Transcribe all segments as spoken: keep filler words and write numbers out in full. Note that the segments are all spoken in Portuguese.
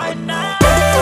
right now.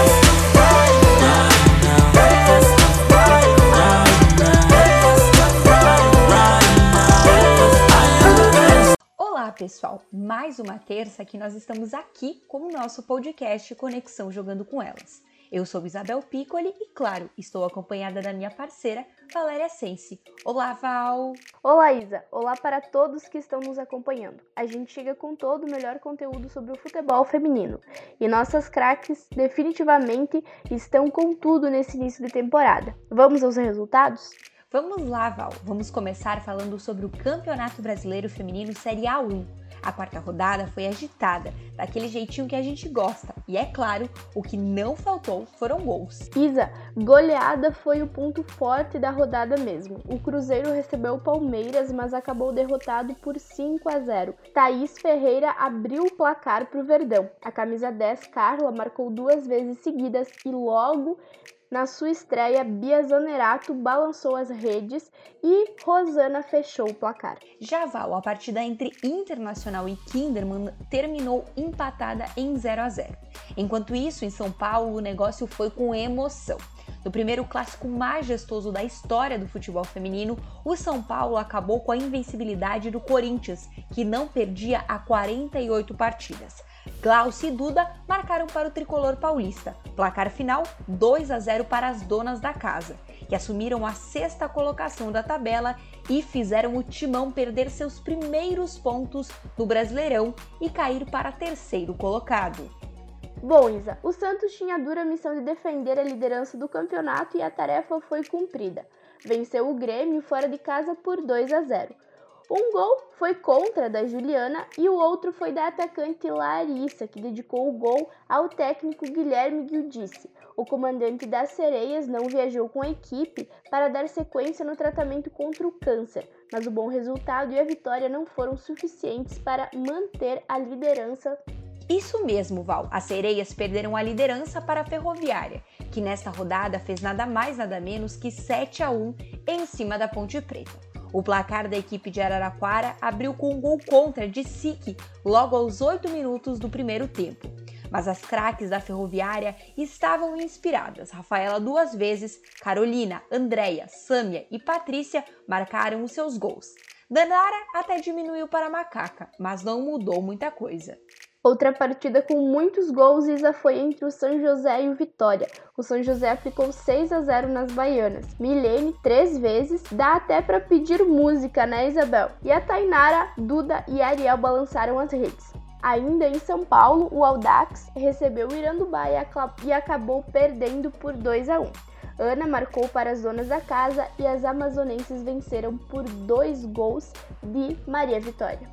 Olá pessoal, mais uma terça que nós estamos aqui com o nosso podcast Conexão Jogando com Elas. Eu sou Isabel Piccoli e, claro, estou acompanhada da minha parceira, Valéria Sense. Olá, Val! Olá, Isa! Olá para todos que estão nos acompanhando. A gente chega com todo o melhor conteúdo sobre o futebol feminino. E nossas craques definitivamente estão com tudo nesse início de temporada. Vamos aos resultados? Vamos lá, Val! Vamos começar falando sobre o Campeonato Brasileiro Feminino Série A um. A quarta rodada foi agitada, daquele jeitinho que a gente gosta. E é claro, o que não faltou foram gols. Isa, goleada foi o ponto forte da rodada mesmo. O Cruzeiro recebeu o Palmeiras, mas acabou derrotado por cinco a zero. Thaís Ferreira abriu o placar para o Verdão. A camisa dez, Carla, marcou duas vezes seguidas e logo na sua estreia, Bia Zanerato balançou as redes e Rosana fechou o placar. Já Val, a partida entre Internacional e Kinderman terminou empatada em zero a zero. Enquanto isso, em São Paulo, o negócio foi com emoção. No primeiro clássico majestoso da história do futebol feminino, o São Paulo acabou com a invencibilidade do Corinthians, que não perdia há quarenta e oito partidas. Glaucia e Duda marcaram para o tricolor paulista. Placar final dois a zero para as donas da casa, que assumiram a sexta colocação da tabela e fizeram o Timão perder seus primeiros pontos do Brasileirão e cair para terceiro colocado. Bom, Isa, o Santos tinha a dura missão de defender a liderança do campeonato e a tarefa foi cumprida. Venceu o Grêmio fora de casa por dois a zero. Um gol foi contra da Juliana e o outro foi da atacante Larissa, que dedicou o gol ao técnico Guilherme Giudice. O comandante das Sereias não viajou com a equipe para dar sequência no tratamento contra o câncer, mas o bom resultado e a vitória não foram suficientes para manter a liderança. Isso mesmo, Val. As Sereias perderam a liderança para a Ferroviária, que nesta rodada fez nada mais nada menos que sete a um em cima da Ponte Preta. O placar da equipe de Araraquara abriu com um gol contra de Sique logo aos oito minutos do primeiro tempo. Mas as craques da Ferroviária estavam inspiradas. Rafaela duas vezes, Carolina, Andréia, Sâmia e Patrícia marcaram os seus gols. Danara até diminuiu para a Macaca, mas não mudou muita coisa. Outra partida com muitos gols, Isa, foi entre o São José e o Vitória. O São José aplicou seis a zero nas baianas. Milene, três vezes, dá até para pedir música, né, Isabel? E a Tainara, Duda e Ariel balançaram as redes. Ainda em São Paulo, o Audax recebeu o Irandubá e acabou perdendo por dois a um. Ana marcou para as donas da casa e as amazonenses venceram por dois gols de Maria Vitória.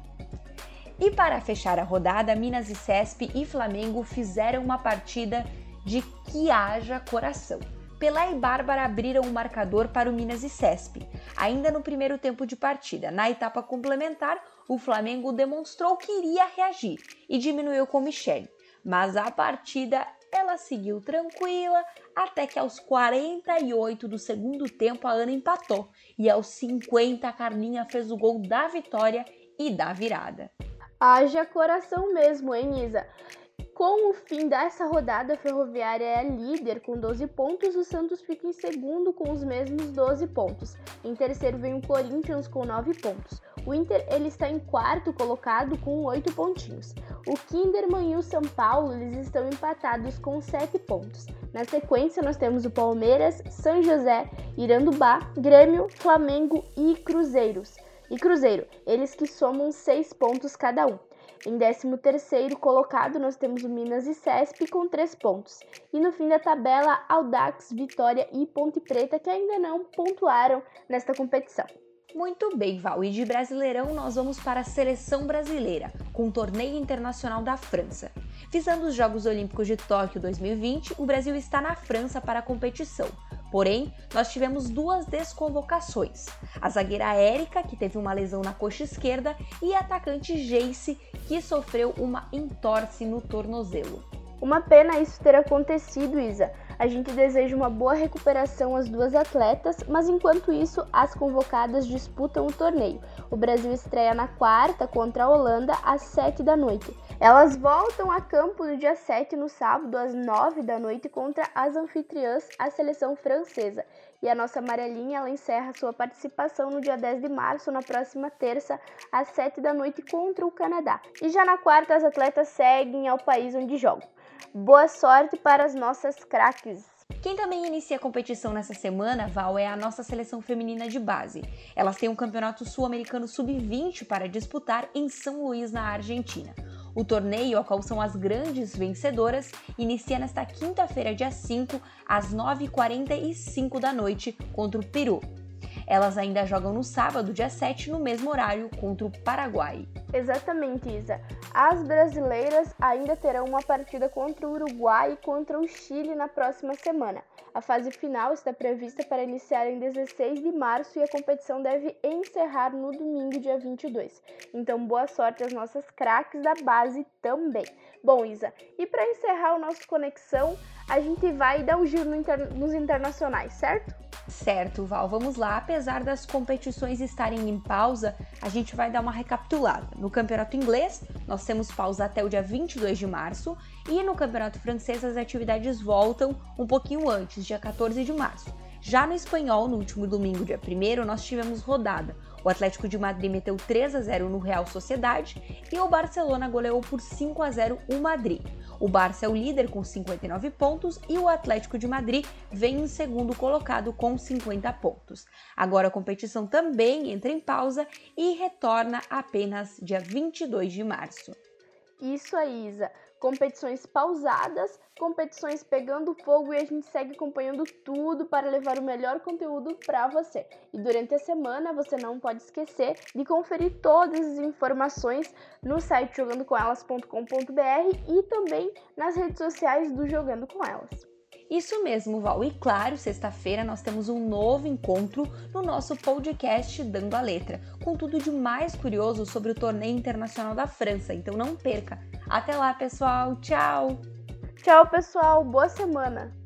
E para fechar a rodada, Minas e C E S P e Flamengo fizeram uma partida de que haja coração. Pelé e Bárbara abriram o marcador para o Minas e C E S P. Ainda no primeiro tempo de partida, na etapa complementar, o Flamengo demonstrou que iria reagir e diminuiu com Michele. Mas a partida ela seguiu tranquila até que aos quarenta e oito do segundo tempo a Ana empatou e aos cinquenta a Carlinha fez o gol da vitória e da virada. Haja coração mesmo, hein, Isa? Com o fim dessa rodada, a Ferroviária é líder com doze pontos, o Santos fica em segundo com os mesmos doze pontos. Em terceiro vem o Corinthians com nove pontos. O Inter ele está em quarto colocado com oito pontinhos. O Kinderman e o São Paulo eles estão empatados com sete pontos. Na sequência nós temos o Palmeiras, São José, Irandubá, Grêmio, Flamengo e Cruzeiros. E Cruzeiro, eles que somam seis pontos cada um. Em décimo terceiro colocado, nós temos o Minas e C E S P com três pontos. E no fim da tabela, Audax, Vitória e Ponte Preta, que ainda não pontuaram nesta competição. Muito bem, Val. E de Brasileirão, nós vamos para a Seleção Brasileira, com o Torneio Internacional da França. Visando os Jogos Olímpicos de Tóquio dois mil e vinte, o Brasil está na França para a competição. Porém, nós tivemos duas desconvocações. A zagueira Érica, que teve uma lesão na coxa esquerda, e a atacante Geice, que sofreu uma entorse no tornozelo. Uma pena isso ter acontecido, Isa. A gente deseja uma boa recuperação às duas atletas, mas enquanto isso, as convocadas disputam o torneio. O Brasil estreia na quarta contra a Holanda às sete da noite. Elas voltam a campo no dia sete, no sábado, às nove da noite, contra as anfitriãs, a seleção francesa. E a nossa amarelinha, ela encerra sua participação no dia dez de março, na próxima terça, às sete da noite, contra o Canadá. E já na quarta, as atletas seguem ao país onde jogam. Boa sorte para as nossas craques! Quem também inicia a competição nessa semana, Val, é a nossa seleção feminina de base. Elas têm um campeonato sul-americano sub vinte para disputar em São Luís, na Argentina. O torneio, ao qual são as grandes vencedoras, inicia nesta quinta-feira, dia cinco, às nove e quarenta e cinco da noite, contra o Peru. Elas ainda jogam no sábado, dia sete, no mesmo horário, contra o Paraguai. Exatamente, Isa. As brasileiras ainda terão uma partida contra o Uruguai e contra o Chile na próxima semana. A fase final está prevista para iniciar em dezesseis de março e a competição deve encerrar no domingo, dia vinte e dois. Então, boa sorte às nossas craques da base também. Bom, Isa, e para encerrar o nosso Conexão, a gente vai dar um giro no inter... nos internacionais, certo? Certo, Val, vamos lá. Apesar das competições estarem em pausa, a gente vai dar uma recapitulada. No campeonato inglês, nós temos pausa até o dia vinte e dois de março e no campeonato francês as atividades voltam um pouquinho antes, dia quatorze de março. Já no espanhol, no último domingo, dia primeiro, nós tivemos rodada. O Atlético de Madrid meteu três a zero no Real Sociedade e o Barcelona goleou por cinco a zero o Madrid. O Barça é o líder com cinquenta e nove pontos e o Atlético de Madrid vem em segundo colocado com cinquenta pontos. Agora a competição também entra em pausa e retorna apenas dia vinte e dois de março. Isso aí, Isa. Competições pausadas, competições pegando fogo e a gente segue acompanhando tudo para levar o melhor conteúdo para você. E durante a semana você não pode esquecer de conferir todas as informações no site jogando com elas ponto com ponto b r e também nas redes sociais do Jogando com Elas. Isso mesmo, Val. E claro, sexta-feira nós temos um novo encontro no nosso podcast Dando a Letra, com tudo de mais curioso sobre o Torneio Internacional da França. Então não perca. Até lá, pessoal. Tchau! Tchau, pessoal. Boa semana!